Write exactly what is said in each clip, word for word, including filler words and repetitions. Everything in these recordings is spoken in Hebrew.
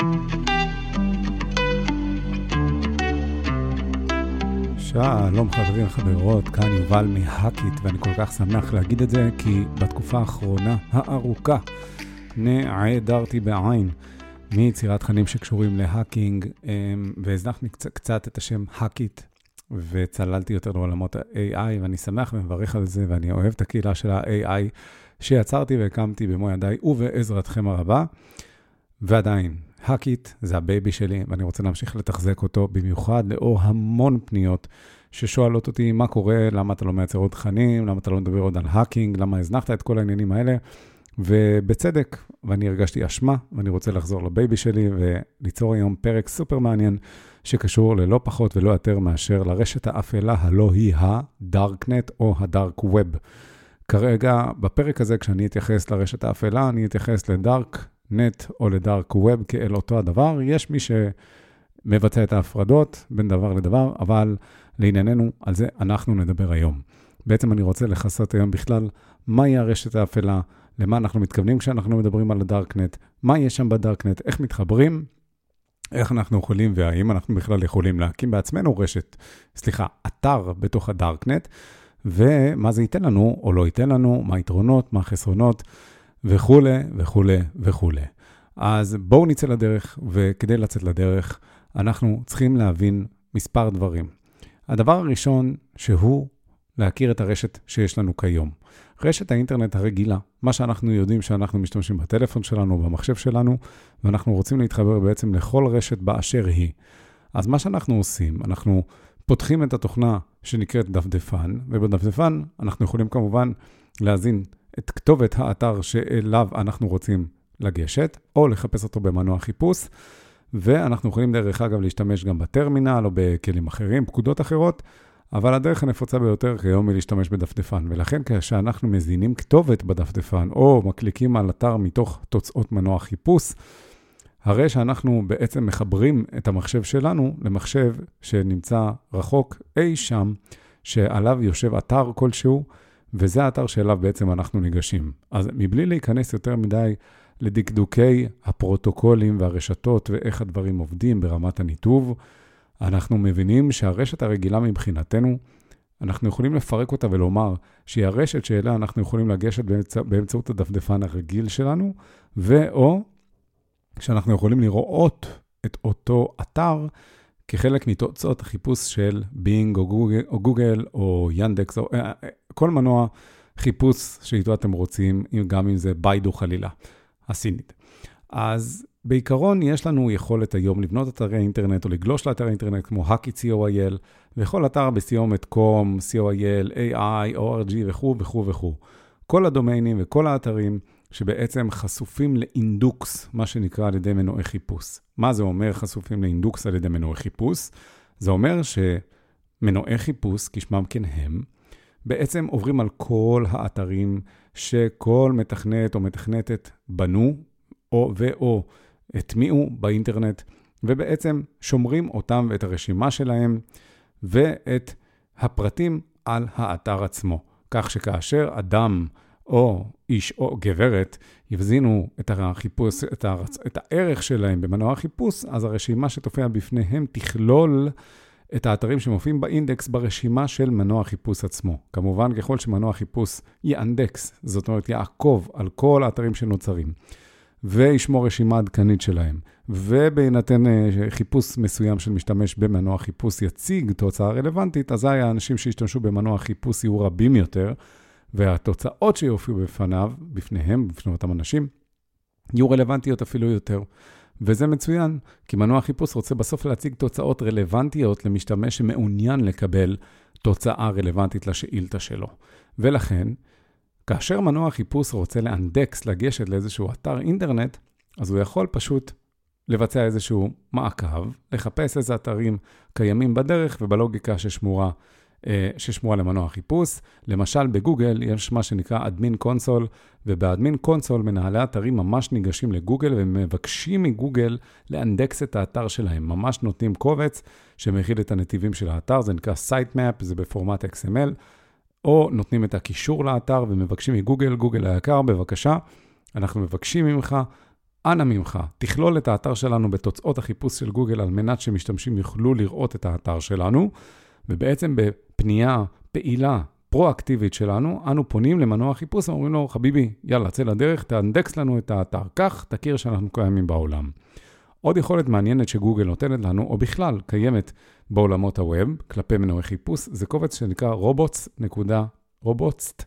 שלום חברים חברות, כאן יובל מהאקית, ואני כל כך שמח להגיד את זה כי בתקופה האחרונה הארוכה נעדרתי בעין מיצירת תכנים שקשורים להאקינג, והזנחתי קצת, קצת את השם האקית וצללתי יותר לעולמות ה-איי איי, ואני שמח ומברך על זה, ואני אוהב את הקהילה של ה-איי איי שיצרתי והקמתי במו ידיי ובעזרתכם הרבה. ועדיין, האקית זה הבייבי שלי, ואני רוצה להמשיך לתחזק אותו, במיוחד לאור המון פניות ששואלות אותי מה קורה, למה אתה לא מייצר עוד תכנים, למה אתה לא מדבר עוד על האקינג, למה הזנחת את כל העניינים האלה, ובצדק, ואני הרגשתי אשמה, ואני רוצה לחזור לבייבי שלי, וליצור היום פרק סופר מעניין, שקשור ללא פחות ולא יותר מאשר לרשת האפלה, הלא היא הדארקנט או הדארק ווב. כרגע, בפרק הזה, כשאני אתייחס לרשת האפלה, אני אתייחס לדארק נט או לדארק ווב כאל אותו הדבר. יש מי שמבצע את ההפרדות בין דבר לדבר, אבל לענייננו על זה אנחנו נדבר היום. בעצם אני רוצה לחסות היום בכלל מהי הרשת האפלה, למה אנחנו מתכוונים כשאנחנו מדברים על הדארקנט, מה יש שם בדארקנט, איך מתחברים, איך אנחנו יכולים והאם אנחנו בכלל יכולים להקים בעצמנו רשת, סליחה, אתר בתוך הדארקנט, ומה זה ייתן לנו או לא ייתן לנו, מה היתרונות, מה החסרונות, וכו' וכו' וכו'. אז בואו נצא לדרך, וכדי לצאת לדרך, אנחנו צריכים להבין מספר דברים. הדבר הראשון שהוא להכיר את הרשת שיש לנו כיום. רשת האינטרנט הרגילה, מה שאנחנו יודעים שאנחנו משתמשים בטלפון שלנו, במחשב שלנו, ואנחנו רוצים להתחבר בעצם לכל רשת באשר היא. אז מה שאנחנו עושים, אנחנו פותחים את התוכנה שנקראת דפדפן, ובדפדפן אנחנו יכולים כמובן להזין את כתובת האתר שאליו אנחנו רוצים לגשת, או לחפש אותו במנוע חיפוש, ואנחנו יכולים דרך אגב להשתמש גם בטרמינל או בכלים אחרים, פקודות אחרות, אבל הדרך הנפוצה ביותר כיום היא להשתמש בדפדפן, ולכן כשאנחנו מזינים כתובת בדפדפן, או מקליקים על אתר מתוך תוצאות מנוע חיפוש, הרי שאנחנו בעצם מחברים את המחשב שלנו למחשב שנמצא רחוק אי שם, שעליו יושב אתר כלשהו, וזה האתר שאליו בעצם אנחנו ניגשים. אז מבלי להיכנס יותר מדי לדקדוקי הפרוטוקולים והרשתות ואיך הדברים עובדים ברמת הניתוב, אנחנו מבינים שהרשת הרגילה מבחינתנו, אנחנו יכולים לפרק אותה ולומר שהיא הרשת שאליה אנחנו יכולים לגשת באמצע, באמצעות הדפדפן הרגיל שלנו, ואו שאנחנו יכולים לראות את אותו אתר כחלק מתוצאות החיפוש של בינג או גוגל או, גוגל, או ינדקס או כל מנוע חיפוש שאיתו אתם רוצים, גם אם זה ביידו חלילה, הסינית. אז בעיקרון יש לנו יכולת היום לבנות אתרי אינטרנט או לגלוש לאתרי אינטרנט כמו האקית סי או איי אל, וכל אתר בסיומת קום, סי או איי אל, איי איי, או אר ג'י וכו' וכו' וכו'. כל הדומיינים וכל האתרים שבעצם חשופים לאינדוקס, מה שנקרא על ידי מנועי חיפוש. מה זה אומר חשופים לאינדוקס על ידי מנועי חיפוש? זה אומר שמנועי חיפוש, כשמם כן הם, בעצם עוברים על כל האתרים שכל מתכנת או מתכנתת בנו, או ואו הטמיעו באינטרנט, ובעצם שומרים אותם ואת הרשימה שלהם, ואת הפרטים על האתר עצמו. כך שכאשר אדם או איש או גברת יבזינו את החיפוש, את, הרצ... את הערך שלהם במנוע החיפוש, אז הרשימה שתופיע בפניהם תכלול את האתרים שמופיעים באינדקס ברשימה של מנוע החיפוש עצמו. כמובן, ככל שמנוע החיפוש יאנדקס, זאת אומרת יעקוב על כל האתרים שנוצרים, וישמור רשימה עדכנית שלהם, ובהינתן חיפוש מסוים של משתמש במנוע חיפוש יציג תוצאה רלוונטית, אז האנשים שהשתמשו במנוע חיפוש יהיו רבים יותר, והתוצאות שיופיעו בפניו, בפניהם, בפני אותם אנשים, יהיו רלוונטיות אפילו יותר. וזה מצוין, כי מנוע חיפוש רוצה בסוף להציג תוצאות רלוונטיות למשתמש שמעוניין לקבל תוצאה רלוונטית לשאילתה שלו. ולכן, כאשר מנוע חיפוש רוצה לאנדקס, לגשת לאיזשהו אתר אינטרנט, אז הוא יכול פשוט לבצע איזשהו מעקב, לחפש איזה אתרים קיימים בדרך ובלוגיקה ששמורה, ששמורה למנוע חיפוש. למשל בגוגל יש מה שנקרא אדמין קונסול, ובאדמין קונסול מנהלי אתרים ממש ניגשים לגוגל ומבקשים מגוגל לאנדקס את האתר שלהם. ממש נותנים קובץ שמכיל את הנתיבים של האתר, זה נקרא סייטמאפ, זה בפורמט אקס אם אל, או נותנים את הקישור לאתר ומבקשים מגוגל, גוגל היקר, בבקשה, אנחנו מבקשים ממך אנא ממך, תכלול את האתר שלנו בתוצאות החיפוש של גוגל, על מנת שמשתמשים יוכלו לראות את האתר שלנו, ובעצם בפנייה פעילה, פרואקטיבית שלנו, אנו פונים למנוע החיפוש, ואומרים לו, חביבי, יאללה, צא לדרך, תאנדקס לנו את האתר, כך תכיר שאנחנו קיימים בעולם. עוד יכולת מעניינת שגוגל נותנת לנו, או בכלל קיימת בעולמות הווב, כלפי מנועי חיפוש, זה קובץ שנקרא robots, robots,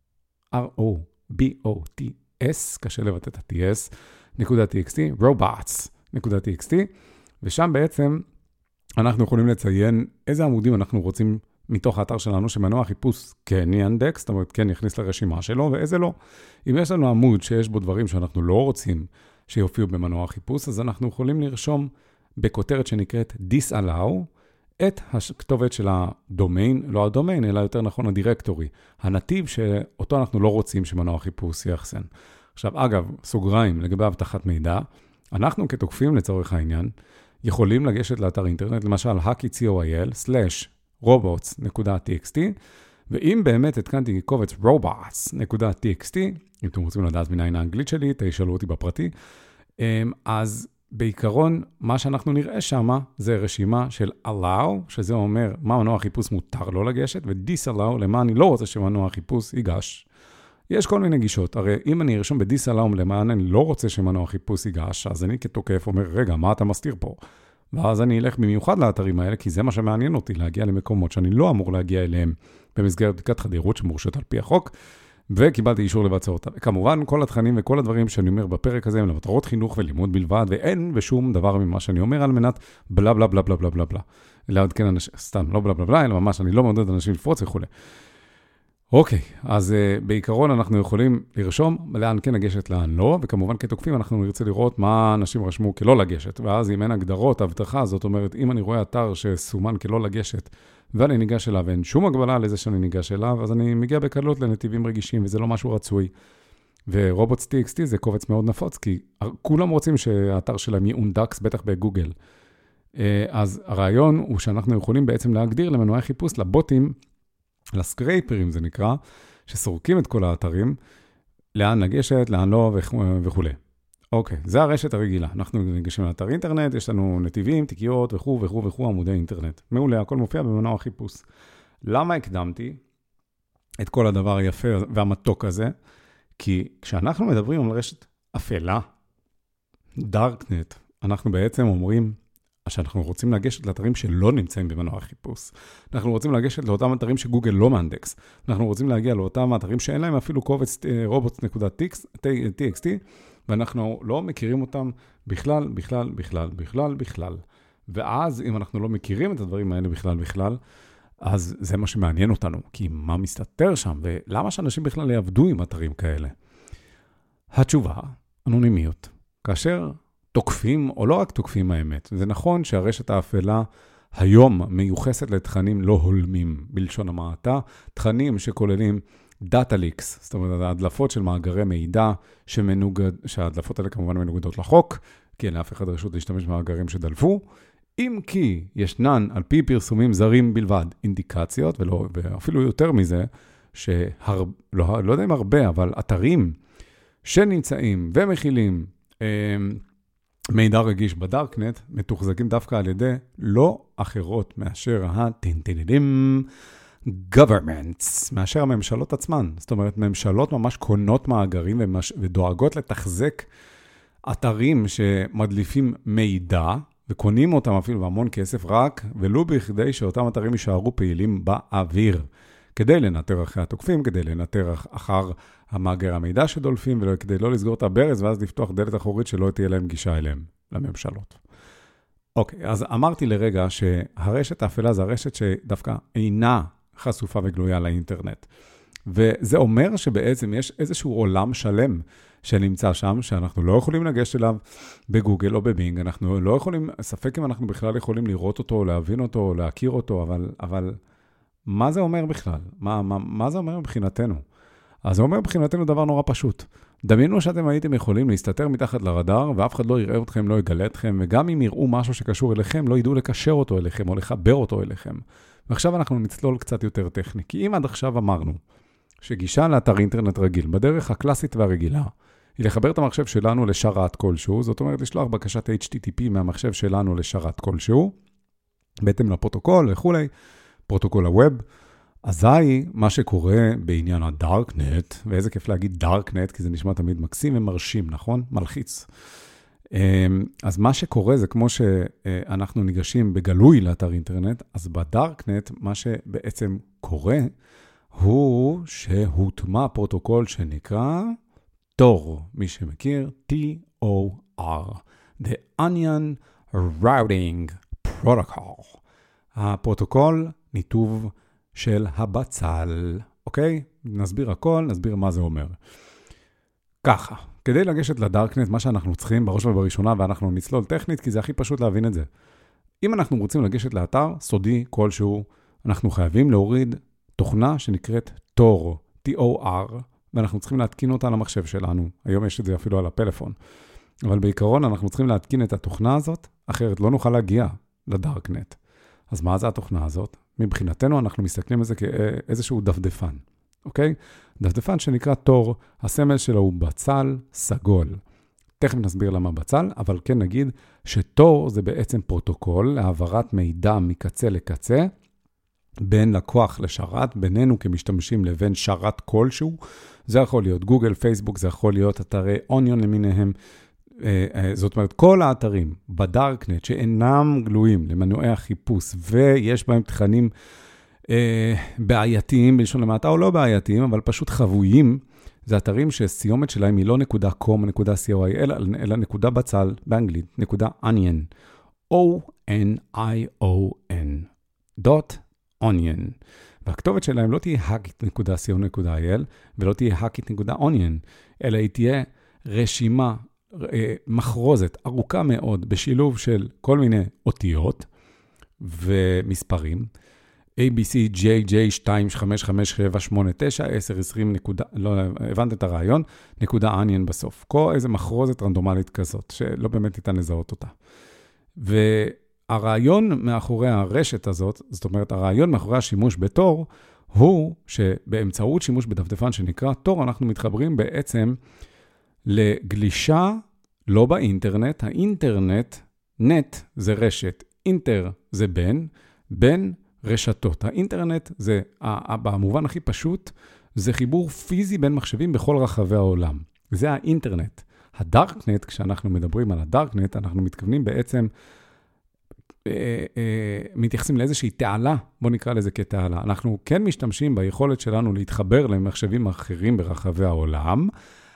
R-O-B-O-T-S, קשה לבטא את ה-T-S, נקודה .txt, robots, נקודה .txt, ושם בעצם אנחנו יכולים לציין איזה עמודים אנחנו רוצים מתוך האתר שלנו, שמנוע החיפוש כן יאנדקס, זאת אומרת כן יכניס לרשימה שלו, ואיזה לא. אם יש לנו עמוד שיש בו דברים שאנחנו לא רוצים שיופיעו במנוע החיפוש, אז אנחנו יכולים לרשום בכותרת שנקראת disallow, את הכתובת של הדומיין, לא הדומיין, אלא יותר נכון הדירקטורי, הנתיב שאותו אנחנו לא רוצים שמנוע החיפוש יחסן. עכשיו, אגב, סוגריים לגבי הבטחת מידע, אנחנו כתוקפים לצורך העניין, יכולים לגשת לאתר אינטרנט, למשל hackit.co.il slash robots.txt, ואם באמת התקנתי קובץ robots.txt, אם אתם רוצים לדעת מניין האנגלית שלי, תשאלו אותי בפרטי, אז בעיקרון, מה שאנחנו נראה שם, זה רשימה של allow, שזה אומר מה מנוע החיפוש מותר לא לגשת, ו-disallow, למה אני לא רוצה שמנוע החיפוש ייגש. יש כל מיני גישות, הרי אם אני ארשום ב-disallow למה אני לא רוצה שמנוע החיפוש ייגש, אז אני כתוקף אומר, רגע, מה אתה מסתיר פה? ואז אני אלך במיוחד לאתרים האלה, כי זה מה שמעניין אותי, להגיע למקומות שאני לא אמור להגיע אליהם במסגרת בדיקת חדירות שמורשת על פי החוק, וקיבלתי אישור לבצע אותה. כמובן, כל התכנים וכל הדברים שאני אומר בפרק הזה הם למטרות חינוך ולימוד בלבד, ואין בשום דבר ממה שאני אומר על מנת בלה בלה בלה בלה בלה בלה בלה. לעדכן אנשים, סתם, לא בלה בלה בלה, אלא ממש אני לא מעודד אנשים לפרוץ וכו'. אוקיי, אז uh, בעיקרון אנחנו יכולים לרשום לאן כן לגשת, לאן לא, וכמובן כתוקפים אנחנו נרצה לראות מה אנשים רשמו כלא לגשת, ואז אם אין הגדרות, הבטחה, זאת אומרת, אם אני רואה אתר שסומן כלא לגשת, ואני ניגש אליו, ואין שום הגבלה לזה שאני ניגש אליו, אז אני מגיע בקלות לנתיבים רגישים, וזה לא משהו רצוי. ו-robots.txt זה קובץ מאוד נפוץ, כי כולם רוצים שהאתר שלהם יאונדקס, בטח בגוגל. אז הרעיון הוא שאנחנו יכולים בעצם להגדיר למנועי חיפוש, לבוטים, לסקרייפרים זה נקרא, שסורקים את כל האתרים, לאן לגשת, לאן לא וכו'. אוקיי, זה הרשת הרגילה. אנחנו ניגשים לאתר אינטרנט, יש לנו נתיבים, תיקיות וכו' וכו' וכו', עמודי אינטרנט. מעולה, הכל מופיע במנוע החיפוש. למה הקדמתי את כל הדבר היפה והמתוק הזה? כי כשאנחנו מדברים על רשת אפלה, דארקנט, אנחנו בעצם אומרים שאנחנו רוצים לגשת לאתרים שלא נמצאים במנוע החיפוש. אנחנו רוצים לגשת לאותם אתרים שגוגל לא מאנדקס. אנחנו רוצים להגיע לאותם אתרים שאין להם אפילו קובץ robots.txt, ואנחנו לא מכירים אותם בכלל, בכלל, בכלל, בכלל, בכלל. ואז אם אנחנו לא מכירים את הדברים האלה בכלל, בכלל, אז זה מה שמעניין אותנו, כי מה מסתתר שם, ולמה שאנשים בכלל יעבדו עם אתרים כאלה? התשובה, אנונימיות. כאשר תוקפים, או לא רק תוקפים האמת, זה נכון שהרשת האפלה היום מיוחסת לתכנים לא הולמים, בלשון המעטה, תכנים שכוללים דאטה ליקס, זאת אומרת, ההדלפות של מאגרי מידע, שמנוגד, שההדלפות האלה כמובן מנוגדות לחוק, כי אין לאף אחד רשות להשתמש במאגרים שדלפו, אם כי ישנן, על פי פרסומים זרים בלבד, אינדיקציות, ולא, ואפילו יותר מזה, שהר, לא, לא יודע אם הרבה, אבל אתרים שנמצאים ומכילים אה, מידע רגיש בדארקנט, מתוחזקים דווקא על ידי לא אחרות מאשר הטינטינדים, governments, מאשר הממשלות עצמן. זאת אומרת, ממשלות ממש קונות מאגרים ומש... ודואגות לתחזק אתרים שמדליפים מידע, וקונים אותם אפילו בהמון כסף רק, ולו בכדי שאותם אתרים יישארו פעילים באוויר, כדי לנטר אחרי התוקפים, כדי לנטר אחר המאגר המידע שדולפים, וכדי לא לסגור את הברז, ואז לפתוח דלת אחורית שלא תהיה להם גישה אליהם, לממשלות. אוקיי, אז אמרתי לרגע שהרשת האפלה זה הרשת שדווקא אינה חשופה וגלויה לאינטרנט. וזה אומר שבעצם יש איזשהו עולם שלם שנמצא שם, שאנחנו לא יכולים לגשת אליו בגוגל או בבינג, אנחנו לא יכולים, ספק אם אנחנו בכלל יכולים לראות אותו, להבין אותו, להכיר אותו, אבל, אבל מה זה אומר בכלל? מה, מה, מה זה אומר מבחינתנו? אז זה אומר מבחינתנו דבר נורא פשוט. דמיינו שאתם הייתם יכולים להסתתר מתחת לרדאר, ואף אחד לא יראה אתכם, לא יגלה אתכם, וגם אם יראו משהו שקשור אליכם, לא ידעו לקשר אותו אליכם, או לחבר אותו אליכם. ועכשיו אנחנו נצלול קצת יותר טכני, כי אם עד עכשיו אמרנו, שגישה לאתר אינטרנט רגיל, בדרך הקלאסית והרגילה, היא לחבר את המחשב שלנו לשרת כלשהו, זאת אומרת, לשלוח בקשת אייץ' טי טי פי מהמחשב שלנו לשרת כלשהו, בהתאם לפרוטוקול וכולי, פרוטוקול הווב. אזי, מה שקורה בעניין הדארקנט, ואיזה כיף להגיד דארקנט, כי זה נשמע תמיד מקסים ומרשים, נכון? מלחיץ. אז מה שקורה זה כמו שאנחנו ניגשים בגלוי לאתר אינטרנט, אז בדארקנט מה שבעצם קורה הוא שהוטמע פרוטוקול שנקרא תור, מי שמכיר, טי או אר, The Onion Routing Protocol. הפרוטוקול ניתוב של הבצל, אוקיי? נסביר הכל, נסביר מה זה אומר. ככה, כדי לגשת לדארקנט, מה שאנחנו צריכים בראש ובראשונה, ואנחנו נצלול טכנית, כי זה הכי פשוט להבין את זה. אם אנחנו רוצים לגשת לאתר סודי כלשהו, אנחנו חייבים להוריד תוכנה שנקראת תור, טי או אר, ואנחנו צריכים להתקין אותה על המחשב שלנו. היום יש את זה אפילו על הפלאפון. אבל בעיקרון אנחנו צריכים להתקין את התוכנה הזאת, אחרת לא נוכל להגיע לדארקנט. אז מה זה התוכנה הזאת? מבחינתנו אנחנו מסתכלים על זה כאיזשהו דפדפן, אוקיי? דפדפן שנקרא תור, הסמל שלו הוא בצל סגול. תכף נסביר למה בצל, אבל כן נגיד שתור זה בעצם פרוטוקול להעברת מידע מקצה לקצה, בין לקוח לשרת, בינינו כמשתמשים לבין שרת כלשהו. זה יכול להיות גוגל, פייסבוק, זה יכול להיות אתרי אוניון למיניהם. זאת אומרת, כל האתרים בדארקנט שאינם גלויים למנועי החיפוש, ויש בהם תכנים בעייתיים, בלשון למעטה או לא בעייתיים, אבל פשוט חבויים, זה אתרים שסיומת שלהם היא לא נקודה קום, נקודה סי או איי, אלא נקודה בצל באנגלית, נקודה onion, O-N-I-O-N, dot onion. והכתובת שלהם לא תהיה hackit נקודה סי או נקודה איי אל, ולא תהיה hackit נקודה onion, אלא היא תהיה רשימה, מחרוזת, ארוכה מאוד, בשילוב של כל מיני אותיות ומספרים, A, B, C, J, J, שתיים, חמש, חמש, שבע, שמונה, תשע, עשר, עשרים, נקודה, לא, הבנת את הרעיון, נקודה onion בסוף. כל איזה מחרוזת רנדומלית כזאת, שלא באמת ניתן לזהות אותה. והרעיון מאחורי הרשת הזאת, זאת אומרת, הרעיון מאחורי השימוש בתור, הוא שבאמצעות שימוש בדפדפן שנקרא תור, אנחנו מתחברים בעצם לגלישה לא באינטרנט. האינטרנט, נט זה רשת, אינטר זה בין, בין רשתות. האינטרנט זה, במובן הכי פשוט, זה חיבור פיזי בין מחשבים בכל רחבי העולם. זה האינטרנט. הדארקנט, כשאנחנו מדברים על הדארקנט, אנחנו מתכוונים בעצם, אה, אה, מתייחסים לאיזושהי תעלה, בוא נקרא לזה כתעלה. אנחנו כן משתמשים ביכולת שלנו להתחבר למחשבים אחרים ברחבי העולם,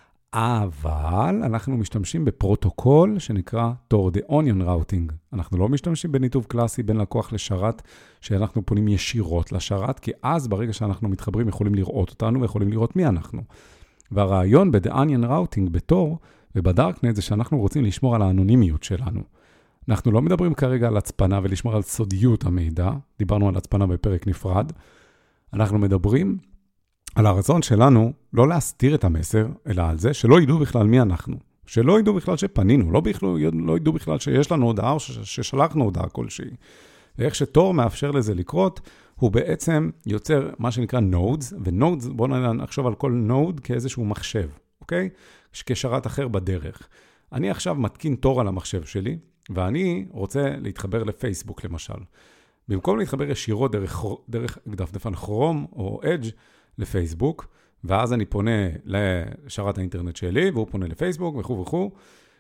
אבל אנחנו משתמשים בפרוטוקול שנקרא תור, The Onion Routing. אנחנו לא משתמשים בניתוב קלאסי בין לקוח לשרת, שאנחנו פונים ישירות לשרת, כי אז ברגע שאנחנו מתחברים יכולים לראות אותנו ויכולים לראות מי אנחנו. והרעיון ב-The Onion Routing בתור ובדארקנט זה שאנחנו רוצים לשמור על האנונימיות שלנו. אנחנו לא מדברים כרגע על הצפנה ולשמור על סודיות המידע, דיברנו על הצפנה בפרק נפרד. אנחנו מדברים על הרצון שלנו לא להסתיר את המסר, אלא על זה שלא ידעו בכלל מי אנחנו. שלא ידעו בכלל שפנינו, לא, בכלל, לא ידעו בכלל שיש לנו הודעה או ששלחנו הודעה כלשהי. ואיך שתור מאפשר לזה לקרות, הוא בעצם יוצר מה שנקרא nodes, ו-nodes, בואו נחשוב על כל node כאיזשהו מחשב, אוקיי? כשרת אחר בדרך. אני עכשיו מתקין תור על המחשב שלי, ואני רוצה להתחבר לפייסבוק למשל. במקום להתחבר ישירות דרך, דרך דפדפן כרום או אדג' לפייסבוק, ואז אני פונה לשרת האינטרנט שלי, והוא פונה לפייסבוק וכו' וכו'.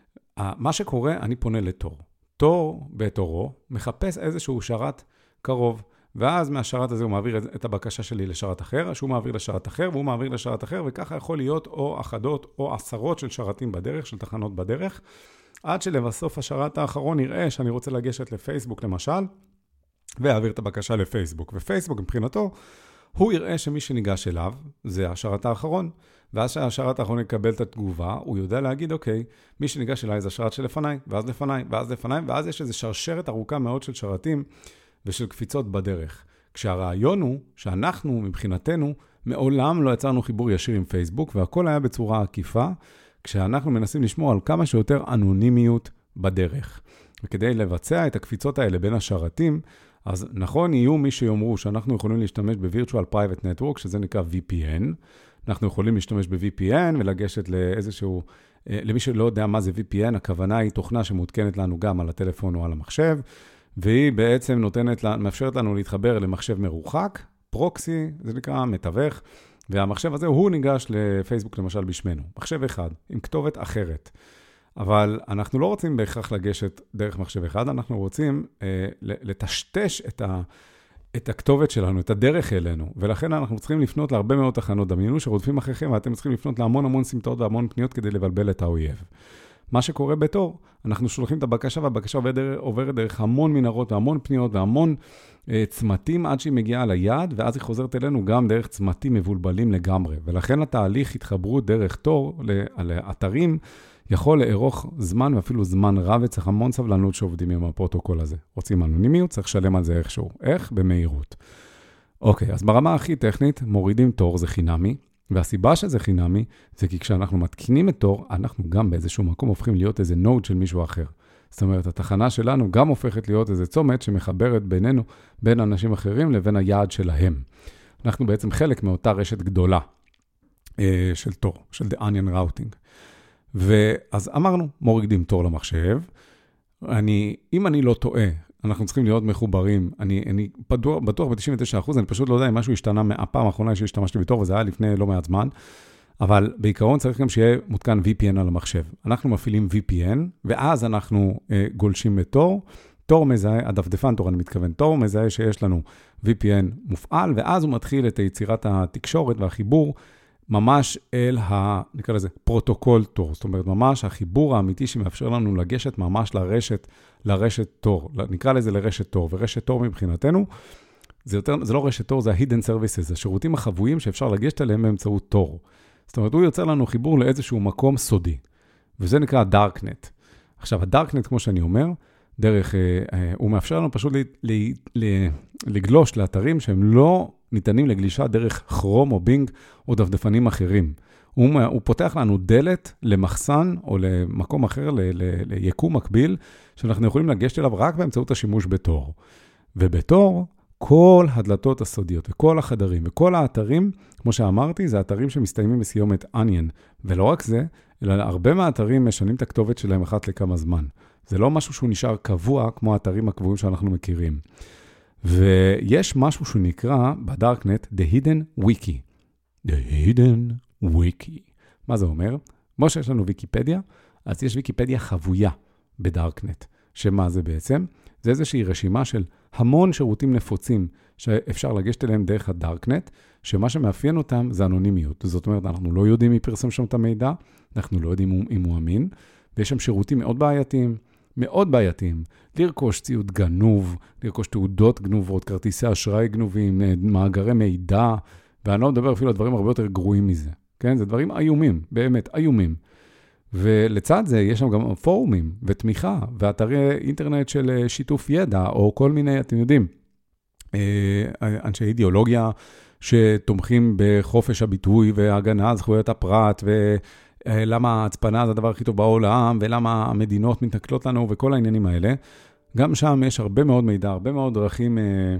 מה שקורה, אני פונה לתור. תור בתורו מחפש איזשהו שרת קרוב, ואז מהשרת הזה הוא מעביר את הבקשה שלי לשרת אחר, שהוא מעביר לשרת אחר, והוא מעביר לשרת אחר, וככה יכול להיות או אחדות או עשרות של שרתים בדרך, של תחנות בדרך, עד שלבסוף השרת האחרון יראה שאני רוצה לגשת לפייסבוק למשל, ויעביר את הבקשה לפייסבוק. ופייסבוק מבחינתו, הוא יראה שמי שניגש אליו זה השרת האחרון, ואז שהשרת האחרון יקבל את התגובה, הוא יודע להגיד, אוקיי, מי שניגש אליי זה השרת שלפניי, ואז לפניי, ואז לפניי, ואז יש איזו שרשרת ארוכה מאוד של שרתים ושל קפיצות בדרך. כשהרעיון הוא שאנחנו מבחינתנו מעולם לא יצרנו חיבור ישיר עם פייסבוק, והכל היה בצורה עקיפה, כשאנחנו מנסים לשמור על כמה שיותר אנונימיות בדרך. וכדי לבצע את הקפיצות האלה בין השרתים, אז נכון יהיו מי שיאמרו שאנחנו יכולים להשתמש ב-Virtual Private Network, שזה נקרא וי פי אן. אנחנו יכולים להשתמש ב-וי פי אן ולגשת לאיזשהו למי שלא יודע מה זה וי פי אן, הכוונה היא תוכנה שמותקנת לנו גם על הטלפון או על המחשב, והיא בעצם נותנת, מאפשרת לנו להתחבר למחשב מרוחק, פרוקסי, זה נקרא מתווך, והמחשב הזה הוא ניגש לפייסבוק למשל בשמנו, מחשב אחד, עם כתובת אחרת. אבל אנחנו לא רוצים בהכרח לגשת דרך מחשב אחד, אנחנו רוצים אה, לטשטש את, ה, את הכתובת שלנו, את הדרך אלינו, ולכן אנחנו צריכים לפנות להרבה מאוד תחנות. דמיינו שרודפים אחריכם, ואתם צריכים לפנות להמון המון סמטאות והמון פניות כדי לבלבל את האויב. מה שקורה בתור, אנחנו שולחים את הבקשה, והבקשה עוברת, עוברת דרך המון מנהרות והמון פניות והמון אה, צמתים עד שהיא מגיעה ליעד, ואז היא חוזרת אלינו גם דרך צמתים מבולבלים לגמרי. ולכן התהליך התחברות דרך תור לאתרים, יכול לארוך זמן ואפילו זמן רב, וצריך המון סבלנות שעובדים עם הפרוטוקול הזה. רוצים אנונימיות, צריך לשלם על זה איכשהו. איך? במהירות. אוקיי, אז ברמה הכי טכנית, מורידים תור, זה חינמי, והסיבה שזה חינמי, זה כי כשאנחנו מתקינים את תור, אנחנו גם באיזשהו מקום הופכים להיות איזה נוד של מישהו אחר. זאת אומרת, התחנה שלנו גם הופכת להיות איזה צומת שמחברת בינינו, בין אנשים אחרים לבין היעד שלהם. אנחנו בעצם חלק מאותה רשת גדולה אה, של תור, של The Onion Routing. ואז אמרנו, מורידים תור למחשב. אני, אם אני לא טועה, אנחנו צריכים להיות מחוברים. אני, אני בטוח, בטוח ב-תשעים ותשעה אחוז, אני פשוט לא יודע אם משהו השתנה מהפעם האחרונה שהשתמשתי בתור, וזה היה לפני לא מעט זמן. אבל בעיקרון צריך גם שיהיה מותקן וי פי אן על המחשב. אנחנו מפעילים וי פי אן, ואז אנחנו אה, גולשים לתור. תור מזהה, הדפדפן תור אני מתכוון, תור מזהה שיש לנו וי פי אן מופעל, ואז הוא מתחיל את יצירת התקשורת והחיבור, ממש אל ה, נקרא לזה, פרוטוקול תור. זאת אומרת, ממש החיבור האמיתי שמאפשר לנו לגשת ממש לרשת, לרשת תור. נקרא לזה לרשת תור. ורשת תור מבחינתנו, זה יותר, זה לא רשת תור, זה ה-hidden services, השירותים החבויים שאפשר לגשת אליהם באמצעות תור. זאת אומרת, הוא יוצר לנו חיבור לאיזשהו מקום סודי. וזה נקרא דארקנט. עכשיו, הדארקנט, כמו שאני אומר, דרך, אה, אה, הוא מאפשר לנו פשוט ל, ל, ל, לגלוש לאתרים שהם לא ניתנים לגלישה דרך כרום או בינג או דפדפנים אחרים. הוא, הוא פותח לנו דלת למחסן או למקום אחר, ל, ל, ליקום מקביל, שאנחנו יכולים לגשת אליו רק באמצעות השימוש בתור. ובתור, כל הדלתות הסודיות וכל החדרים וכל האתרים, כמו שאמרתי, זה אתרים שמסתיימים בסיומת Onion. ולא רק זה, אלא הרבה מהאתרים משנים את הכתובת שלהם אחת לכמה זמן. זה לא משהו שהוא נשאר קבוע, כמו האתרים הקבועים שאנחנו מכירים. ויש משהו שהוא נקרא בדארקנט, The Hidden Wiki. The Hidden Wiki. מה זה אומר? כמו שיש לנו ויקיפדיה, אז יש ויקיפדיה חבויה בדארקנט. שמה זה בעצם? זה איזושהי רשימה של המון שירותים נפוצים שאפשר לגשת אליהם דרך הדארקנט, שמה שמאפיין אותם זה אנונימיות. זאת אומרת, אנחנו לא יודעים מי פרסם שם את המידע, אנחנו לא יודעים אם הוא אמין, ויש שם שירותים מאוד בעייתיים, מאוד בעייתיים. לרכוש ציוד גנוב, לרכוש תעודות גנובות, כרטיסי אשראי גנובים, מאגרי מידע, ואני לא מדבר אפילו על דברים הרבה יותר גרועים מזה. כן? זה דברים איומים, באמת איומים. ולצד זה יש שם גם פורומים ותמיכה, ואתרי אינטרנט של שיתוף ידע, או כל מיני, אתם יודעים, אנשי אידיאולוגיה שתומכים בחופש הביטוי והגנה על זכויות הפרט, ולמה ההצפנה זה הדבר הכי טוב בעולם, ולמה המדינות מתנכלות לנו, וכל העניינים האלה. גם שם יש הרבה מאוד מידע, הרבה מאוד דרכים,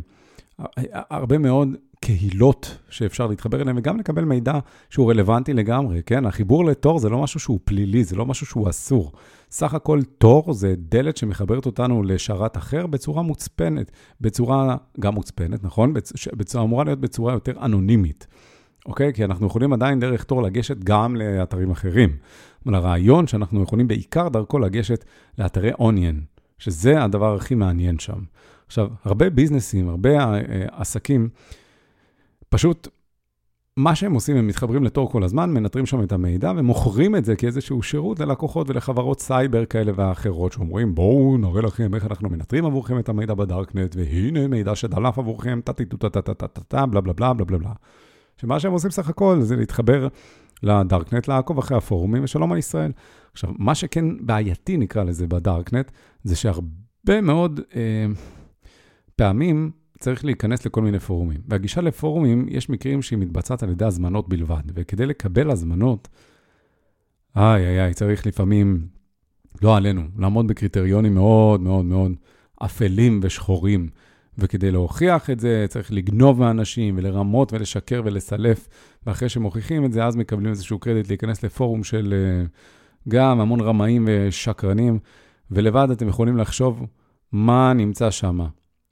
הרבה מאוד קהילות שאפשר להתחבר אליהם, וגם לקבל מידע שהוא רלוונטי לגמרי, כן? החיבור לתור זה לא משהו שהוא פלילי, זה לא משהו שהוא אסור. סך הכל תור זה דלת שמחברת אותנו לשרת אחר בצורה מוצפנת, בצורה גם מוצפנת, נכון? בצורה, אמורה להיות בצורה יותר אנונימית, אוקיי? כי אנחנו יכולים עדיין דרך תור לגשת גם לאתרים אחרים. אבל הרעיון שאנחנו יכולים בעיקר דרכו לגשת לאתרי Onion, שזה הדבר הכי מעניין שם. עכשיו, הרבה ביזנסים, הרבה עסקים, פשוט, מה שהם עושים, הם מתחברים לתור כל הזמן, מנטרים שם את המידע, ומוכרים את זה כאיזשהו שירות ללקוחות ולחברות סייבר כאלה ואחרות, שאומרים, בואו נראה לכם איך אנחנו מנטרים עבורכם את המידע בדארקנט, והנה מידע שדלף עבורכם, טה-טה-טה-טה-טה-טה, בלה בלה בלה בלה בלה בלה. שמה שהם עושים סך הכל, זה להתחבר לדארקנט, לעקוב אחרי הפורומים, ושלום על ישראל. עכשיו, מה שכן בעייתי נקרא לזה בדארקנט, זה שהרבה מאוד אה, פעמים, צריך להיכנס לכל מיני פורומים. והגישה לפורומים, יש מקרים שהיא מתבצעת על ידי הזמנות בלבד. וכדי לקבל הזמנות, איי, איי, איי, צריך לפעמים, לא עלינו, לעמוד בקריטריונים מאוד מאוד מאוד אפלים ושחורים. וכדי להוכיח את זה, צריך לגנוב מאנשים ולרמות ולשקר ולסלף. ואחרי שמוכיחים את זה, אז מקבלים איזשהו קרדיט להיכנס לפורום של גם המון רמאים ושקרנים, ולבד אתם יכולים לחשוב מה נמצא שם,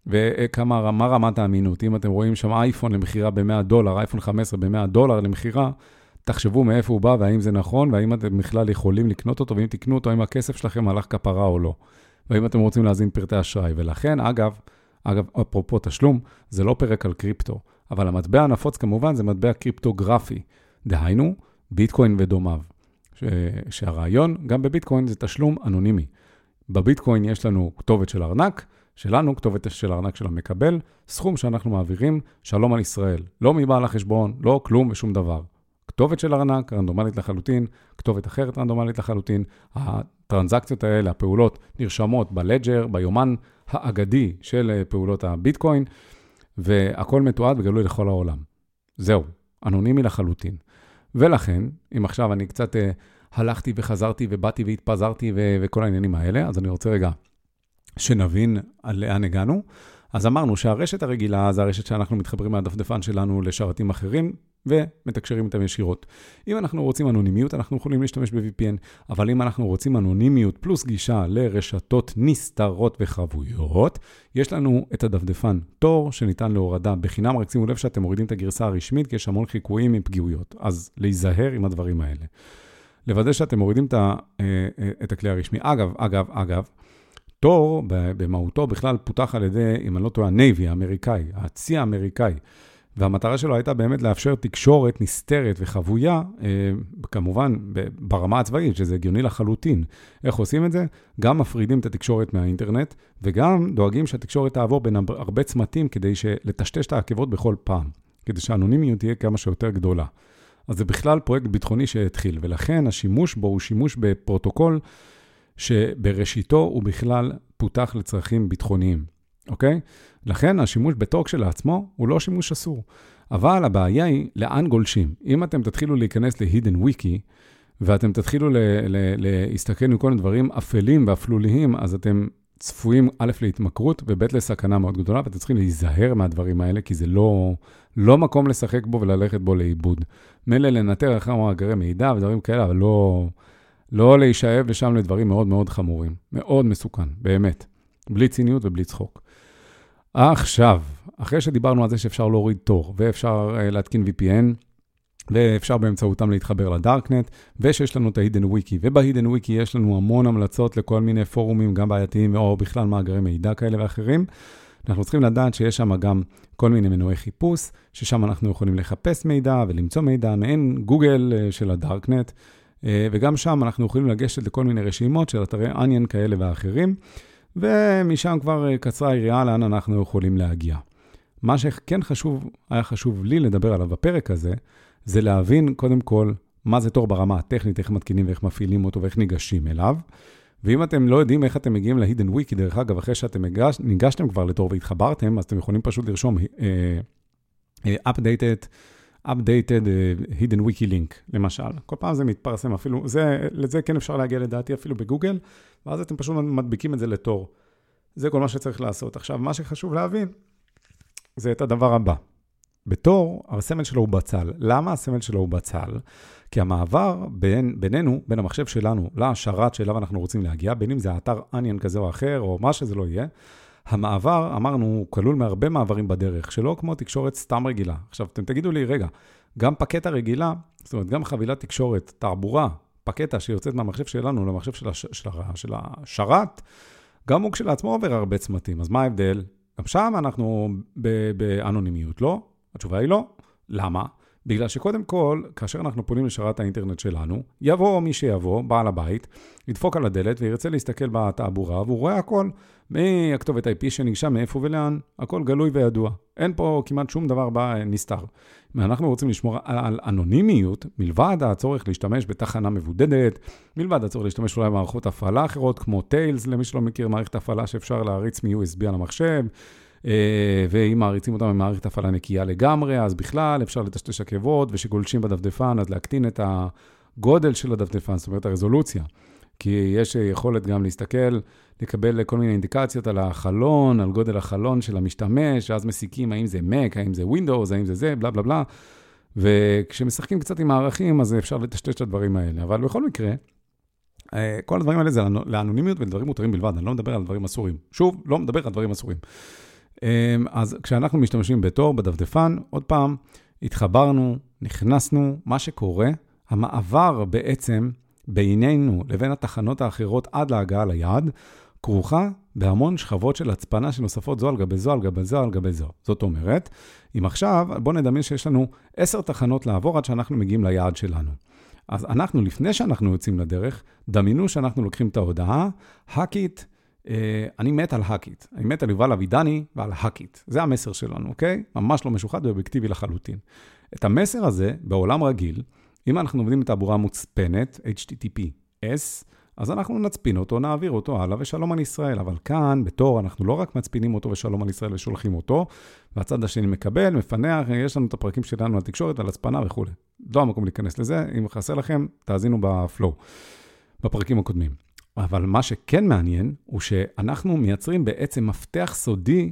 וכמה מה רמת האמינות. אם אתם רואים שם אייפון למחירה ב-מאה דולר, אייפון חמש עשרה ב-מאה דולר למחירה, תחשבו מאיפה הוא בא, והאם זה נכון, והאם אתם בכלל יכולים לקנות אותו, ואם תקנו אותו, האם הכסף שלכם הלך כפרה או לא. והאם אתם רוצים להזין פרטי אשראי. ולכן, אגב, אגב, אפרופו תשלום, זה לא פרק על קריפטו, אבל המטבע הנפוץ כמובן זה מטבע קריפטוגרפי. דהיינו, ביטקוין ודומיו. ש... שהרעיון, גם בביטקוין זה תשלום אנונימי. בביטקוין יש לנו כתובת של ארנק, שלנו כתובת של ארנק של המקבל, סכום שאנחנו מעבירים, שלום על ישראל. לא מבעל החשבון, לא כלום ושום דבר. כתובת של ארנק, רנדומלית לחלוטין, כתובת אחרת רנדומלית לחלוטין. הטרנזקציות האלה, הפעולות נרשמות בלג'ר, ביומן האגדי של פעולות הביטקוין, והכל מתועד וגלוי לכל העולם. זהו, אנונימי לחלוטין. ולכן, אם עכשיו אני קצת uh, הלכתי וחזרתי ובאתי והתפזרתי ו- וכל העניינים האלה, אז אני רוצה רגע שנבין על לאן הגענו. אז אמרנו שהרשת הרגילה זה הרשת שאנחנו מתחברים מהדפדפן שלנו לשרתים אחרים, ומתקשרים איתם ישירות. אם אנחנו רוצים אנונימיות, אנחנו יכולים להשתמש ב-וי פי אן, אבל אם אנחנו רוצים אנונימיות פלוס גישה לרשתות נסתרות וחבויות, יש לנו את הדפדפן תור שניתן להורדה בחינם, רק שימו לב שאתם מורידים את הגרסה הרשמית, כי יש המון חיקויים עם פגיעויות, אז להיזהר עם הדברים האלה. לוודא שאתם מורידים את הכלי הרשמי. אגב, אגב, אגב, תור במהותו בכלל פותח על ידי, אם אני לא טועה, הנייבי האמריקאי, הצי האמריקאי, והמטרה שלו הייתה באמת לאפשר תקשורת נסתרת וחבויה, אה, כמובן ברמה הצבאית, שזה הגיוני לחלוטין. איך עושים את זה? גם מפרידים את התקשורת מהאינטרנט, וגם דואגים שהתקשורת תעבור בין הרבה צמתים, כדי לטשטש את העקבות בכל פעם, כדי שהאנונימיות תהיה כמה שיותר גדולה. אז זה בכלל פרויקט ביטחוני שהתחיל, ולכן השימוש בו הוא שימוש בפרוטוקול, שבראשיתו הוא בכלל פותח לצרכים ביטחוניים. אוקיי? לכן השימוש בתור כשלעצמו הוא לא שימוש אסור. אבל הבעיה היא לאן גולשים. אם אתם תתחילו להיכנס ל-Hidden Wiki, ואתם תתחילו להסתכל עם כל הדברים אפלים ואפלוליים, אז אתם צפויים א' להתמכרות וב' לסכנה מאוד גדולה, ואתם צריכים להיזהר מהדברים האלה, כי זה לא, לא מקום לשחק בו וללכת בו לאיבוד. מילא לנטר אחר מאגרי מידע ודברים כאלה, אבל לא, לא להישאב לשם לדברים מאוד מאוד חמורים. מאוד מסוכן, באמת. בלי ציניות ובלי צחוק. עכשיו, אחרי שדיברנו על זה שאפשר להוריד תור, ואפשר להתקין וי פי אן, ואפשר באמצעותם להתחבר לדארקנט, ושיש לנו את ה-Hidden Wiki, וב-Hidden Wiki יש לנו המון המלצות לכל מיני פורומים, גם בעייתיים, או בכלל מאגרי מידע כאלה ואחרים. אנחנו צריכים לדעת שיש שם גם כל מיני מנועי חיפוש, ששם אנחנו יכולים לחפש מידע ולמצוא מידע, מעין גוגל של הדארקנט, וגם שם אנחנו יכולים לגשת לכל מיני רשימות של אתרי Onion כאלה ואחרים, ומשם כבר קצרה היריעה לאן אנחנו יכולים להגיע. מה שכן חשוב, היה חשוב לי לדבר עליו בפרק הזה, זה להבין קודם כל מה זה תור ברמה הטכנית, איך מתקינים ואיך מפעילים אותו ואיך ניגשים אליו. ואם אתם לא יודעים איך אתם מגיעים ל-Hidden Wiki, דרך אגב, אחרי שאתם ניגש, ניגשתם כבר לתור והתחברתם, אז אתם יכולים פשוט לרשום uh, uh, updated, updated uh, Hidden Wiki link, למשל. כל פעם זה מתפרסם אפילו, זה, לזה כן אפשר להגיע לדעתי אפילו בגוגל, ואז אתם פשוט מדביקים את זה לתור. זה כל מה שצריך לעשות. עכשיו, מה שחשוב להבין, זה את הדבר הבא. בתור, הסמל שלו הוא בצל. למה הסמל שלו הוא בצל? כי המעבר בין, בינינו, בין המחשב שלנו לשרת שאליו אנחנו רוצים להגיע, בין אם זה אתר Onion כזה או אחר, או מה שזה לא יהיה, המעבר, אמרנו, הוא כלול מהרבה מעברים בדרך, שלא כמו תקשורת סתם רגילה. עכשיו, אתם תגידו לי, רגע, גם פקטה רגילה, זאת אומרת, גם חבילת תקשורת, תעבורה, פקטה שיוצאת מהמחשב שלנו למחשב של, הש, של, של השרת, גם הוא כשלעצמו עובר הרבה צמתים. אז מה ההבדל? גם שם אנחנו באנונימיות, לא? התשובה היא לא. למה? בגלל שקודם כל, כאשר אנחנו פונים לשרת האינטרנט שלנו, יבוא מי שיבוא, בעל הבית, ידפוק על הדלת וירצה להסתכל בתעבורה, והוא רואה הכל, מהכתובת איי פי שניגשה מאיפה ולאן, הכל גלוי וידוע. אין פה כמעט שום דבר נסתר. אנחנו רוצים לשמור על אנונימיות, מלבד הצורך להשתמש בתחנה מבודדת, מלבד הצורך להשתמש אולי במערכות הפעלה אחרות, כמו טיילס, למי שלא מכיר מערכת הפעלה שאפשר להריץ מ-יו אס בי על המחשב, ואם מעריצים אותם במערכת הפעלה נקייה לגמרי, אז בכלל אפשר לטשטש עקבות, ושגולשים בדפדפן, אז להקטין את הגודל של הדפדפן, זאת אומרת הרזולוציה. כי יש יכולת גם להסתכל, לקבל כל מיני אינדיקציות על החלון, על גודל החלון של המשתמש, ואז מסיקים האם זה Mac, האם זה Windows, האם זה זה, בלה בלה בלה. וכשמשחקים קצת עם הערכים, אז אפשר לטשטש את הדברים האלה. אבל בכל מקרה, כל הדברים האלה זה לאנונימיות ולדברים מותרים בלבד, אני לא מדבר על דברים אסורים. שוב, לא מדבר על דברים אסורים. אז כשאנחנו משתמשים בתור, בדפדפן, עוד פעם, התחברנו, נכנסנו, מה שקורה, המעבר בעצם בינינו לבין התחנות האחרות עד להגעה ליעד, כרוכה בהמון שכבות של הצפנה שנוספות זו על גבי זו, על גבי זו, על גבי זו. זאת אומרת, אם עכשיו, בוא נדמיין שיש לנו עשר תחנות לעבור עד שאנחנו מגיעים ליעד שלנו. אז אנחנו, לפני שאנחנו יוצאים לדרך, דמיינו שאנחנו לוקחים את ההודעה, האקיט, אה, אני מת על האקיט. אני מת על יובל אבידני ועל האקיט. זה המסר שלנו, אוקיי? ממש לא משוחד ואובייקטיבי לחלוטין. את המסר הזה, בעולם רגיל, אם אנחנו עובדים בתעבורה מוצפנת, אייץ' טי טי פי אס, אז אנחנו נצפין אותו, נעביר אותו הלאה ושלום על ישראל. אבל כאן, בתור, אנחנו לא רק מצפינים אותו ושלום על ישראל ושולחים אותו, והצד השני מקבל, מפנח, יש לנו את הפרקים שלנו על תקשורת, על הצפנה וכו'. לא המקום להיכנס לזה, אם חסר לכם, תאזינו בפלואו, בפרקים הקודמים. אבל מה שכן מעניין, הוא שאנחנו מייצרים בעצם מפתח סודי,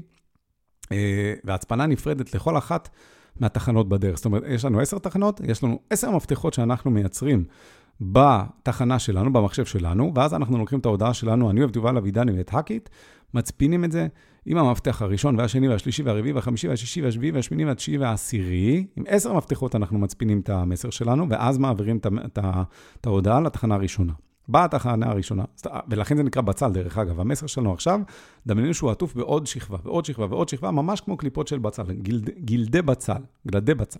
והצפנה נפרדת לכל אחת מהתחנות בדרך. זאת אומרת, יש לנו עשר תחנות, יש לנו עשר מפתחות שאנחנו מייצרים בתחנה שלנו, במחשב שלנו, ואז אנחנו לוקחים את ההודעה שלנו, אני אוהב את יובל אבידני ואת האקיט, מצפינים את זה עם המפתח הראשון והשני והשלישי והרביעי והחמישי והשישי והשביעי והשמיני והתשיעי והעשירי. עם עשר מפתחות אנחנו מצפינים את המסר שלנו, ואז מעבירים את ההודעה לתחנה הראשונה. בתחנה הראשונה, ולכן זה נקרא בצל דרך אגב. המסר שלנו עכשיו, דמיינו שהוא עטוף בעוד שכבה, ועוד שכבה, ועוד שכבה, ממש כמו קליפות של בצל, גלד, גלדי בצל, גלדי בצל.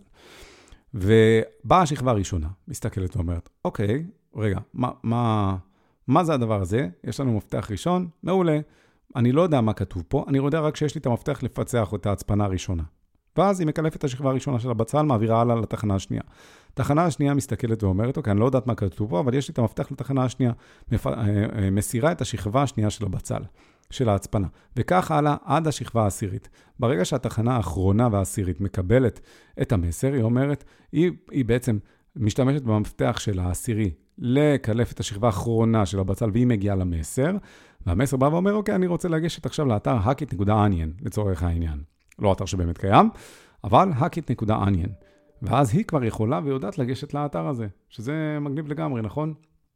ובאה השכבה הראשונה, מסתכלת ואומרת, אוקיי, רגע, מה, מה, מה זה הדבר הזה? יש לנו מפתח ראשון, מעולה, אני לא יודע מה כתוב פה, אני יודע רק שיש לי את המפתח לפצח את ההצפנה הראשונה. ואז היא מקלפת את השכבה הראשונה של הבצל, מעבירה הלאה לתחנה השנייה. התחנה השנייה מסתכלת ואומרת, אוקיי, אני לא יודעת מה כתוב פה, אבל יש לי את המפתח לתחנה השנייה, מסירה את השכבה השנייה של הבצל, של ההצפנה. וכך הלאה עד השכבה העשירית. ברגע שהתחנה האחרונה והעשירית מקבלת את המסר, היא אומרת, היא, היא בעצם משתמשת במפתח של העשירי, לקלף את השכבה האחרונה של הבצל, והיא מגיעה למסר, והמסר בא ואומר, אוקיי, אני רוצה לגשת עכשיו לאתר האקיט נקודה אניאן, לצורך העניין. לא אתר שבאמת קיים, אבל האקיט נקודה אניאן. ואז היא כבר יכולה ויודעת לגשת לאתר הזה, שזה מגניב לגמרי, נכון?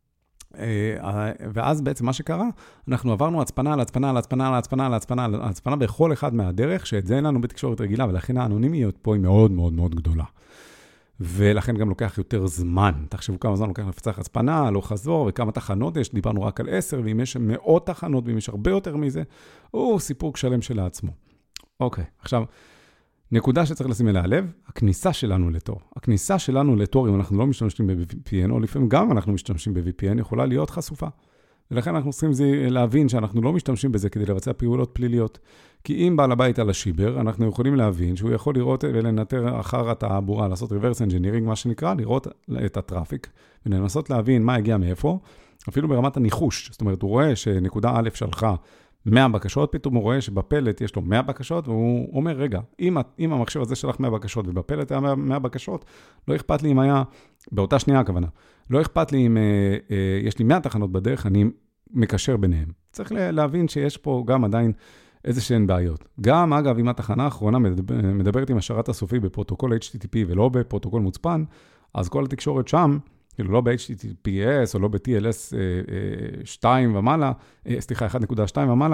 ואז בעצם מה שקרה, אנחנו עברנו הצפנה על הצפנה על הצפנה על הצפנה על הצפנה על הצפנה בכל אחד מהדרך, שאת זה אין לנו בתקשורת רגילה, ולכן האנונימיות פה היא מאוד מאוד מאוד גדולה. ולכן גם לוקח יותר זמן. תחשבו כמה זמן לוקח לפצח הצפנה, לא חזור, וכמה תחנות יש, דיברנו רק על עשר, ואם יש מאות תחנות, ואם יש הרבה יותר מזה, הוא סיפור שלם של עצמו. אוקיי, עכשיו, נקודה שצריך לשים אליה לב, הכניסה שלנו לתור. הכניסה שלנו לתור, אם אנחנו לא משתמשים ב-וי פי אן, או לפעמים גם אנחנו משתמשים ב-וי פי אן, יכולה להיות חשופה. ולכן אנחנו צריכים להבין שאנחנו לא משתמשים בזה כדי לבצע פעולות פליליות. כי אם בעל הבית על השיבר, אנחנו יכולים להבין שהוא יכול לראות ולנטר אחר התעבורה, לעשות reverse engineering, מה שנקרא, לראות את הטראפיק, ולנסות להבין מה הגיע מאיפה, אפילו ברמת הניחוש. זאת אומרת, הוא רואה שנקודה א' שלחה מאה בקשות, פתאום הוא רואה שבפלט יש לו מאה בקשות, והוא אומר, רגע, אם, אם המחשב הזה שלח מאה בקשות, ובפלט היה מאה בקשות, לא אכפת לי אם היה, באותה שנייה הכוונה, לא אכפת לי אם אה, אה, יש לי מאה תחנות בדרך, אני מקשר ביניהם. צריך להבין שיש פה גם עדיין איזה שהן בעיות. גם, אגב, אם התחנה האחרונה מדבר, מדברת עם השרת הסופי בפרוטוקול אייץ' טי טי פי ולא בפרוטוקול מוצפן, אז כל התקשורת שם, כאילו לא ב-אייץ' טי טי פי אס או לא ב-טי אל אס שתיים ומעלה, סליחה, אחת נקודה שתיים ומעלה,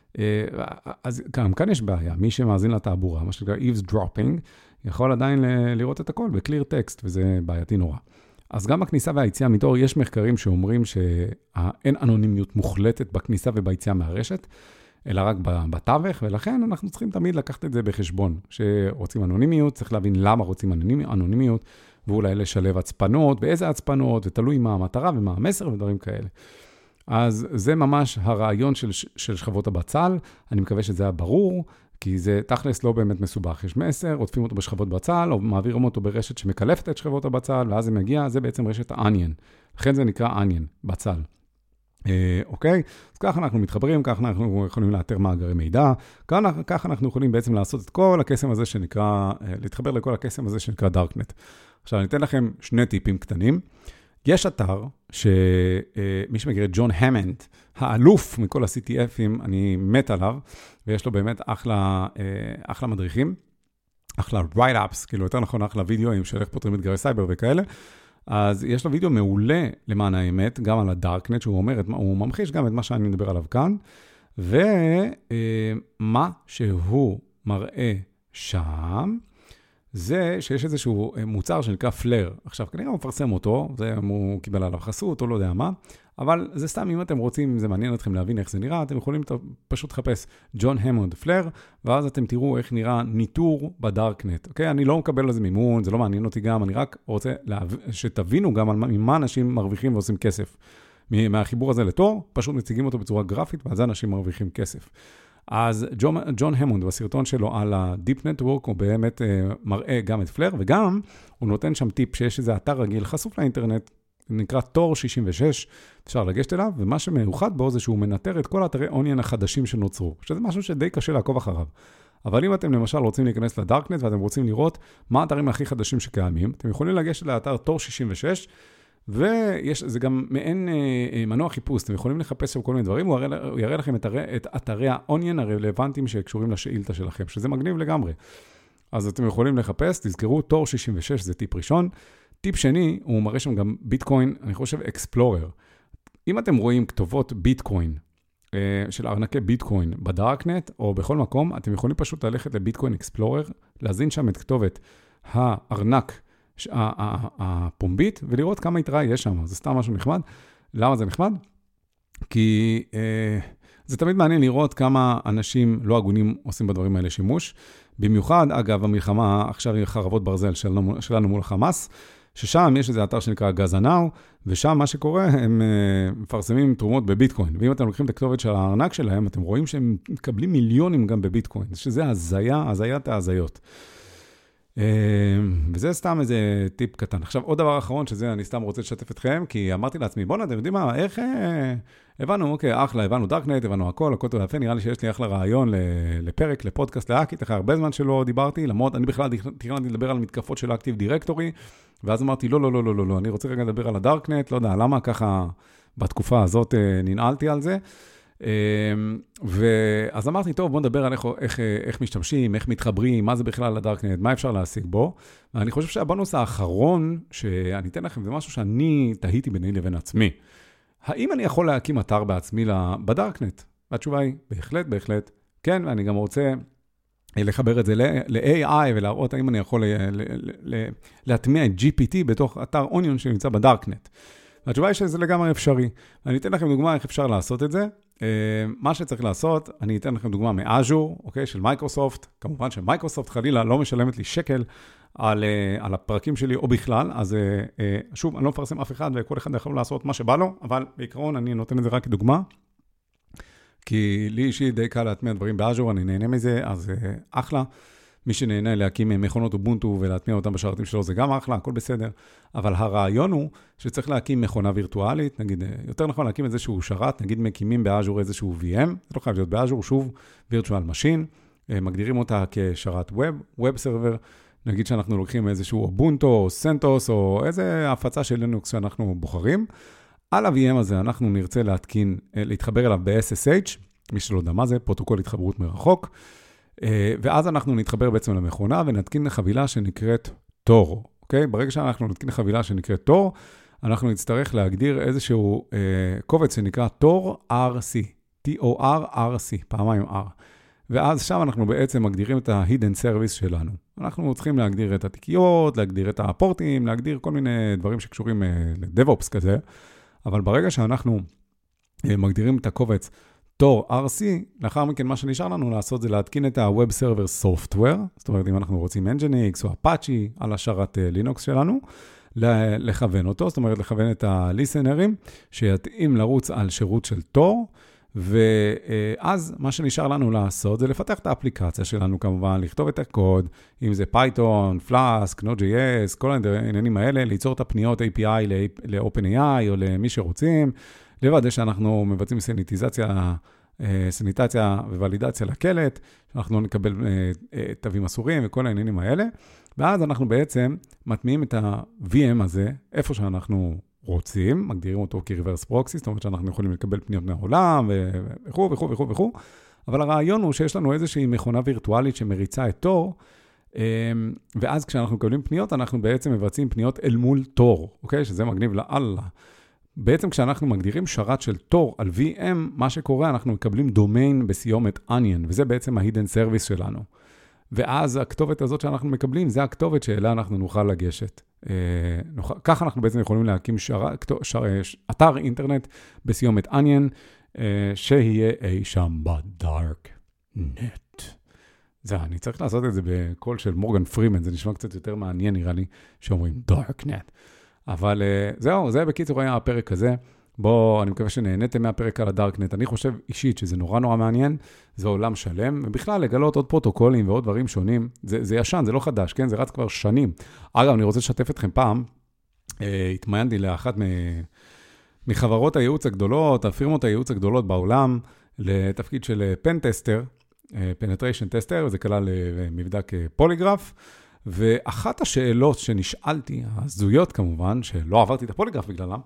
אז גם כאן יש בעיה. מי שמאזין לתעבורה, מה שנקרא eavesdropping, יכול עדיין לראות את הכל ב-clear text, וזה בעייתי נורא. אז גם בכניסה והיציאה מתור, יש מחקרים שאומרים שאין אנונימיות מוחלטת בכניסה וביציאה מהרשת, אלא רק בתווך, ולכן אנחנו צריכים תמיד לקחת את זה בחשבון. שרוצים אנונימיות, צריך להבין למה רוצים אנונימיות, ואולי לשלב הצפנות, באיזה הצפנות, ותלוי מה המטרה ומה המסר ודברים כאלה. אז זה ממש הרעיון של, של שכבות הבצל, אני מקווה שזה היה ברור, כי זה תכלס לא באמת מסובך. יש מסר, עוטפים אותו בשכבות בצל, או מעבירים אותו ברשת שמקלפת את שכבות הבצל, ואז זה מגיע, זה בעצם רשת האניאן. לכן זה נקרא אניאן, בצל. אוקיי? אז ככה אנחנו מתחברים, ככה אנחנו יכולים לאתר מאגרי מידע, ככה אנחנו יכולים בעצם לעשות את כל הקסם הזה שנקרא, להתחבר לכל הקסם הזה שנקרא דארקנט. עכשיו, אני אתן לכם שני טיפים קטנים. יש אתר שמי שמכיר את ג'ון המנד, האלוף מכל ה-סי טי אפים, אני מת עליו, ויש לו באמת אחלה, אחלה מדריכים, אחלה write-ups, כאילו יותר נכון אחלה וידאוים של איך פותרים אתגרי סייבר וכאלה. אז יש לו וידאו מעולה למען האמת, גם על הדארקנט, שהוא אומר, הוא ממחיש גם את מה שאני מדבר עליו כאן, ומה שהוא מראה שם, זה שיש איזשהו מוצר שנקרא פלר. עכשיו, כנראה הוא מפרסם אותו, זה הוא קיבל עליו חסות, או לא יודע מה, אבל זה סתם, אם אתם רוצים, זה מעניין אתכם להבין איך זה נראה, אתם יכולים פשוט לחפש ג'ון המונד פלר, ואז אתם תראו איך נראה ניטור בדארקנט. אוקיי? אני לא מקבל לזה מימון, זה לא מעניין אותי גם, אני רק רוצה שתבינו גם על מה אנשים מרוויחים ועושים כסף. מהחיבור הזה לתור, פשוט מציגים אותו בצורה גרפית, ואז אנשים מרוויחים כסף. אז ג'ון, ג'ון המונד בסרטון שלו על ה-Deep Network, הוא באמת uh, מראה גם את פלר, וגם הוא נותן שם טיפ שיש איזה אתר רגיל חשוף לאינטרנט, נקרא תור שישים ושש, אפשר לגשת אליו, ומה שמיוחד בו זה שהוא מנטר את כל האתרי אוניון החדשים שנוצרו, שזה משהו שדי קשה לעקוב אחריו. אבל אם אתם למשל רוצים להיכנס לדארקנט, ואתם רוצים לראות מה האתרים הכי חדשים שקיימים, אתם יכולים לגשת לאתר תור שישים ושש, ויש, זה גם מעין אה, מנוע חיפוש, אתם יכולים לחפש שם כל מיני דברים, הוא יראה, הוא יראה לכם את, הרי, את אתרי האוניון הרלוונטיים שקשורים לשאילתה שלכם, שזה מגניב לגמרי. אז אתם יכולים לחפש, תזכרו, תור שישים ושש זה טיפ ראשון. טיפ שני, הוא מראה שם גם ביטקוין, אני חושב אקספלורר. אם אתם רואים כתובות ביטקוין, אה, של ארנקי ביטקוין בדארקנט, או בכל מקום, אתם יכולים פשוט ללכת לביטקוין אקספלורר, להזין שם את כתובת הארנק, הפומבית, ולראות כמה יתרה יש שם. זה סתם משהו נחמד. למה זה נחמד? כי אה, זה תמיד מעניין לראות כמה אנשים לא הגונים עושים בדברים האלה שימוש. במיוחד, אגב, המלחמה עכשיו היא חרבות ברזל שלנו, שלנו מול החמאס, ששם יש איזה אתר שנקרא גזנאו, ושם מה שקורה, הם אה, מפרסמים תרומות בביטקוין. ואם אתם לוקחים את הכתובת של הארנק שלהם, אתם רואים שהם מקבלים מיליונים גם בביטקוין. שזה הזיה, הזיית ההזיות. וזה סתם איזה טיפ קטן. עכשיו, עוד דבר אחרון, שזה אני סתם רוצה לשתף אתכם, כי אמרתי לעצמי, בואו, אתם יודעים מה, איך הבנו, אוקיי, אחלה, הבנו דארקנט, הבנו הכל, הכל טוב יפה, נראה לי שיש לי אחלה רעיון לפרק, לפודקאסט להאקית, אחרי הרבה זמן שלא דיברתי, למרות, אני בכלל תכננתי לדבר על מתקפות של אקטיב דירקטורי, ואז אמרתי, לא, לא, לא, לא, לא, אני רוצה רגע לדבר על הדארקנט, לא יודע, למה ככה בתקופה הזאת ננעלתי על זה, ואז אמרתי, טוב, בוא נדבר על איך, איך, איך משתמשים, איך מתחברים, מה זה בכלל הדארקנט, מה אפשר להשיג בו. ואני חושב שהבונוס האחרון שאני אתן לכם, זה משהו שאני תהיתי ביני לבין עצמי. האם אני יכול להקים אתר בעצמי בדארקנט? והתשובה היא, בהחלט, בהחלט, כן, ואני גם רוצה לחבר את זה ל-איי איי ולהראות האם אני יכול להטמיע את ג'י פי טי בתוך אתר אוניון שנמצא בדארקנט. והתשובה היא שזה לגמרי אפשרי. אני אתן לכם דוגמה איך אפשר לעשות את זה. מה שצריך לעשות, אני אתן לכם דוגמה מאז'ור, אוקיי, של מייקרוסופט. כמובן שמייקרוסופט חלילה לא משלמת לי שקל על, על הפרקים שלי או בכלל, אז שוב, אני לא מפרסם אף אחד וכל אחד יכול לעשות מה שבא לו, אבל בעיקרון אני נותן את זה רק כדוגמה, כי לי אישי די קל להטמיע דברים באז'ור, אני נהנה מזה, אז אחלה. מי שנהנה להקים מכונות אובונטו ולהטמיע אותם בשרתים שלו, זה גם אחלה, הכל בסדר. אבל הרעיון הוא שצריך להקים מכונה וירטואלית, נגיד, יותר נכון להקים איזשהו שרת, נגיד מקימים באז'ור איזשהו וי אם, זה לא חייב להיות באז'ור, שוב, virtual machine, מגדירים אותה כשרת web, web server, נגיד שאנחנו לוקחים איזשהו אובונטו או סנטוס או איזה הפצה של לינוקס שאנחנו בוחרים. על ה-וי אם הזה אנחנו נרצה להתקין, להתחבר אליו ב-אס אס אייץ', מי שלא יודע מה זה, פרוטוקול התחברות מרחוק, ואז אנחנו נתחבר בעצם למכונה ונתקין חבילה שנקראת תור, אוקיי? ברגע שאנחנו נתקין חבילה שנקראת תור, אנחנו נצטרך להגדיר איזשהו אה, קובץ שנקרא תור אר סי, טי או אר אר סי, פעמיים R. ואז שם אנחנו בעצם מגדירים את ה-hidden service שלנו. אנחנו צריכים להגדיר את התיקיות, להגדיר את הפורטים, להגדיר כל מיני דברים שקשורים אה, ל-DevOps כזה, אבל ברגע שאנחנו אה, מגדירים את הקובץ תור אר סי, לאחר מכן מה שנשאר לנו לעשות זה להתקין את ה-Web Server Software, זאת אומרת אם אנחנו רוצים Nginx או Apache על השרת לינוקס שלנו, לכוון אותו, זאת אומרת לכוון את הליסנרים שיתאים לרוץ על שירות של תור, ואז מה שנשאר לנו לעשות זה לפתח את האפליקציה שלנו כמובן, לכתוב את הקוד, אם זה Python, Flask, Node.js, כל העניינים האלה, ליצור את הפניות איי פי איי ל-OpenAI או למי שרוצים, לוודא שאנחנו מבצעים סניטיזציה, סניטציה וולידציה לקלט, שאנחנו לא נקבל תווים אסורים וכל העניינים האלה, ואז אנחנו בעצם מטמיעים את ה-וי אם הזה, איפה שאנחנו רוצים, מגדירים אותו כ-reverse proxy, זאת אומרת שאנחנו יכולים לקבל פניות מהעולם, וכו' וכו' וכו' וכו', אבל הרעיון הוא שיש לנו איזושהי מכונה וירטואלית שמריצה את תור, ואז כשאנחנו מקבלים פניות, אנחנו בעצם מבצעים פניות אל מול תור, אוקיי? שזה מגניב לאללה. בעצם כשאנחנו מגדירים שרת של תור על וי אם, מה שקורה, אנחנו מקבלים דומיין בסיומת onion, וזה בעצם ה-hidden service שלנו. ואז הכתובת הזאת שאנחנו מקבלים, זה הכתובת שאליה אנחנו נוכל לגשת. נוכל, ככה אנחנו בעצם יכולים להקים שר, שר, אתר אינטרנט בסיומת onion, שיהיה אי שם בדארק נט. זה, אני צריך לעשות את זה בקול של מורגן פרימן, זה נשמע קצת יותר מעניין נראה לי, שאומרים דארק נט. אבל זהו, זה בקיצור היה הפרק הזה. בוא, אני מקווה שנהניתם מהפרק על הדארקנט. אני חושב אישית שזה נורא נורא מעניין, זה עולם שלם, ובכלל לגלות עוד פרוטוקולים ועוד דברים שונים, זה, זה ישן, זה לא חדש, כן? זה רץ כבר שנים. אגב, אני רוצה לשתף אתכם פעם, אה, התמיינתי לאחת מ, מחברות הייעוץ הגדולות, הפירמות הייעוץ הגדולות בעולם, לתפקיד של פנטסטר, פנטריישן טסטר, וזה כלל מבדק פוליגרף, ואחת השאלות שנשאלתי, הזויות כמובן, שלא עברתי את הפוליגרף בגללם,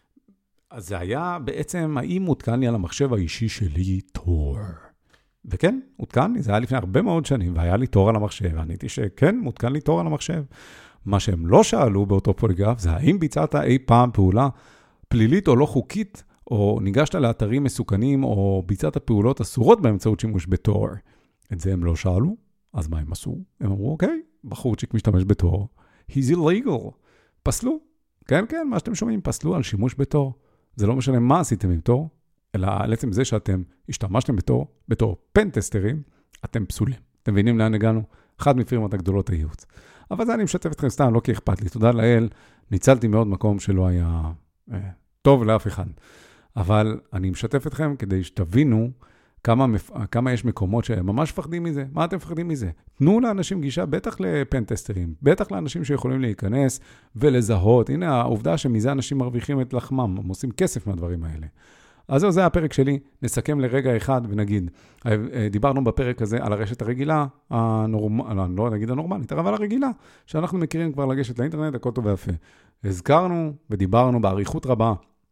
אז זה היה בעצם, האם מותקן לי על המחשב האישי שלי תור? וכן, מותקן לי, זה היה לפני הרבה מאוד שנים, והיה לי תור על המחשב, ועניתי שכן, מותקן לי תור על המחשב. מה שהם לא שאלו באותו פוליגרף, זה האם ביצעת אי פעם פעולה פלילית או לא חוקית, או ניגשת לאתרים מסוכנים, או ביצעת פעולות אסורות באמצעות שימוש בתור. את זה הם לא שאלו, אז מה הם עשו? הם אמרו, אוקיי, בחורצ'יק משתמש בתור, he's illegal, פסלו. כן, כן, מה שאתם שומעים, פסלו על שימוש בתור. זה לא משנה מה עשיתם עם תור, אלא על עצם זה שאתם השתמשתם בתור, בתור פנטסטרים, אתם פסולים. אתם מבינים לאן הגענו? אחת מפירמות הגדולות הייעוץ. אבל זה אני משתף אתכם סתם, לא כי אכפת לי. תודה לאל, ניצלתי מאוד מקום שלא היה אה, טוב לאף אחד. אבל אני משתף אתכם כדי שתבינו כמה, כמה יש מקומות שממש מפחדים מזה. מה אתם מפחדים מזה? תנו לאנשים גישה, בטח לפנטסטרים, בטח לאנשים שיכולים להיכנס ולזהות. הנה העובדה שמזה אנשים מרוויחים את לחמם, הם עושים כסף מהדברים האלה. אז זהו, זה הפרק שלי. נסכם לרגע אחד ונגיד, דיברנו בפרק הזה על הרשת הרגילה, הנורמ... לא נגיד הנורמלית, אבל הרגילה, שאנחנו מכירים כבר לגשת לאינטרנט, הכל טוב ויפה. הזכרנו ודיברנו בעריכות רבה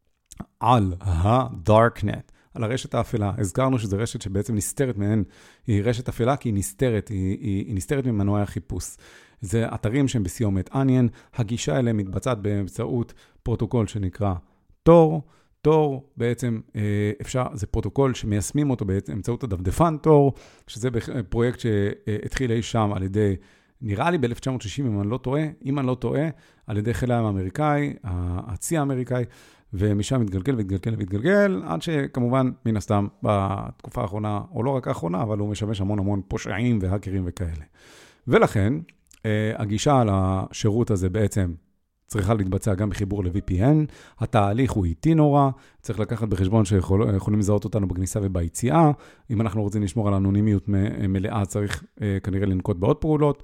על ה-Darknet, על הרשת האפלה. הזכרנו שזו רשת שבעצם נסתרת מהן, היא רשת אפלה כי היא נסתרת, היא, היא, היא נסתרת ממנועי החיפוש. זה אתרים שהם בסיומת onion, הגישה אליהם מתבצעת באמצעות פרוטוקול שנקרא תור. תור בעצם אפשר, זה פרוטוקול שמיישמים אותו באמצעות הדפדפן תור, שזה פרויקט שהתחיל אי שם על ידי, נראה לי ב-אלף תשע מאות שישים אם אני לא טועה, אם אני לא טועה, על ידי חיל הים האמריקאי, הצי האמריקאי, ומשם מתגלגל והתגלגל והתגלגל, עד שכמובן, מן הסתם, בתקופה האחרונה, או לא רק האחרונה, אבל הוא משמש המון המון פושעים והאקרים וכאלה. ולכן, הגישה על השירות הזה בעצם צריכה להתבצע גם בחיבור ל-וי פי אן, התהליך הוא איטי נורא, צריך לקחת בחשבון שיכולים לזהות אותנו בכניסה וביציאה, אם אנחנו רוצים לשמור על אנונימיות מלאה, צריך כנראה לנקוט בעוד פעולות,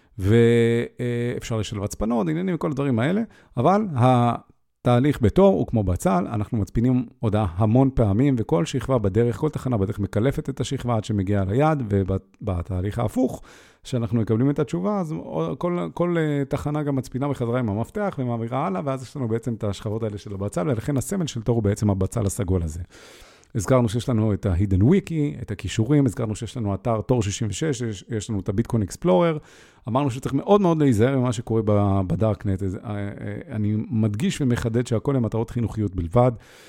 ואפשר לשלב הצפנות, עניינים וכל הדברים האלה, אבל התהליך בתור הוא כמו בצל, אנחנו מצפינים הודעה המון פעמים, וכל שכבה בדרך, כל תחנה בדרך מקלפת את השכבה עד שמגיעה ליד, ובתהליך ההפוך, שאנחנו מקבלים את התשובה, אז כל, כל תחנה גם מצפינה בחזרה עם המפתח, ומעבירה הלאה, ואז יש לנו בעצם את השכבות האלה של הבצל, ולכן הסמל של תור הוא בעצם הבצל הסגול הזה. הזכרנו שיש לנו את ה-Hidden Wiki, את הכישורים, הזכרנו שיש לנו אתר תור שישים ושש, יש, יש לנו את הביטקוין אקספלורר, אמרנו שצריך מאוד מאוד להיזהר ממה שקורה בדארקנט, אני מדגיש ומחדד שהכל הם מטרות חינוכיות בלבד,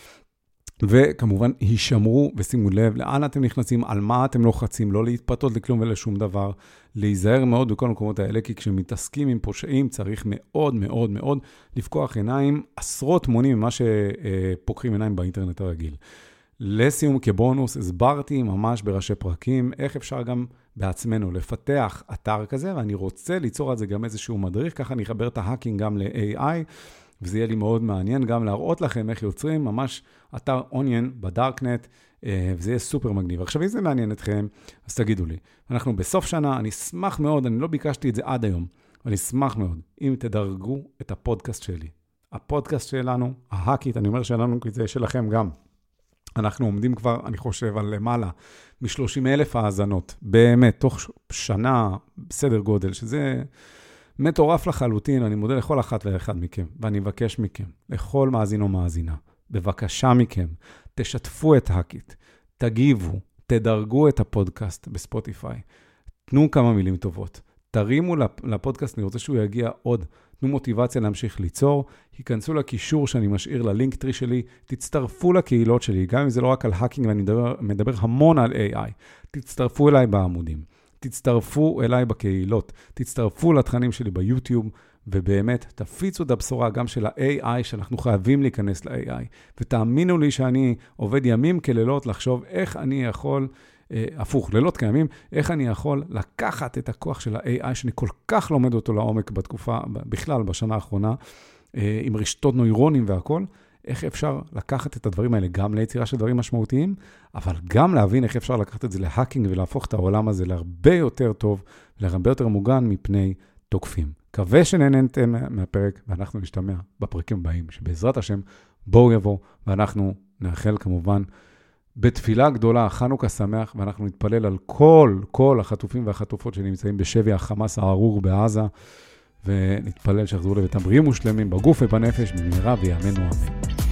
וכמובן הישמרו ושימו לב לאן אתם נכנסים, על מה אתם לוחצים, לא להתפתות לכלום ולשום דבר, להיזהר מאוד בכל המקומות האלה, כי כשמתעסקים עם פושעים צריך מאוד מאוד מאוד לפקוח עיניים, עשרות מונים ממה שפוקחים עיניים באינטרנט הרגיל. לסיום כבונוס, הסברתי ממש בראשי פרקים, איך אפשר גם בעצמנו לפתח אתר כזה, ואני רוצה ליצור על זה גם איזשהו מדריך, ככה אני אחבר את ההאקינג גם ל-איי איי, וזה יהיה לי מאוד מעניין גם להראות לכם איך יוצרים ממש אתר אוניון בדארקנט, וזה יהיה סופר מגניב. עכשיו, אם זה מעניין אתכם, אז תגידו לי. אנחנו בסוף שנה, אני אשמח מאוד, אני לא ביקשתי את זה עד היום, אבל אשמח מאוד, אם תדרגו את הפודקאסט שלי. הפודקאסט שלנו, ההאקית, אני אומר שלנו, כי זה שלכם גם. אנחנו עומדים כבר, אני חושב, על למעלה מ-שלושים אלף האזנות. באמת, תוך שנה, בסדר גודל, שזה מטורף לחלוטין. אני מודה לכל אחת ואחד מכם, ואני מבקש מכם, לכל מאזין או מאזינה, בבקשה מכם, תשתפו את האקית, תגיבו, תדרגו את הפודקאסט בספוטיפיי, תנו כמה מילים טובות, תרימו לפודקאסט, אני רוצה שהוא יגיע עוד. תנו מוטיבציה להמשיך ליצור, היכנסו לקישור שאני משאיר ללינק טרי שלי, תצטרפו לקהילות שלי, גם אם זה לא רק על האקינג, ואני מדבר, מדבר המון על איי איי, תצטרפו אליי בעמודים, תצטרפו אליי בקהילות, תצטרפו לתכנים שלי ביוטיוב, ובאמת תפיצו את הבשורה גם של ה-איי איי, שאנחנו חייבים להיכנס ל-איי איי, ותאמינו לי שאני עובד ימים כלילות לחשוב איך אני יכול, אה, הפוך, לילות כימים, איך אני יכול לקחת את הכוח של ה-איי איי, שאני כל כך לומד אותו לעומק בתקופה, בכלל בשנה האחרונה, אה, עם רשתות נוירונים והכל, איך אפשר לקחת את הדברים האלה גם ליצירה של דברים משמעותיים, אבל גם להבין איך אפשר לקחת את זה להאקינג ולהפוך את העולם הזה להרבה יותר טוב, להרבה יותר מוגן מפני תוקפים. מקווה שנהנתם מהפרק, ואנחנו נשתמע בפרקים הבאים, שבעזרת השם בואו יבוא, ואנחנו נאחל כמובן בתפילה גדולה, חנוכה שמח, ואנחנו נתפלל על כל, כל החטופים והחטופות שנמצאים בשבי החמאס הארור בעזה, ונתפלל שיחזרו לביתם בריאים ושלמים בגוף ובנפש, במהרה ויאמנו אמן.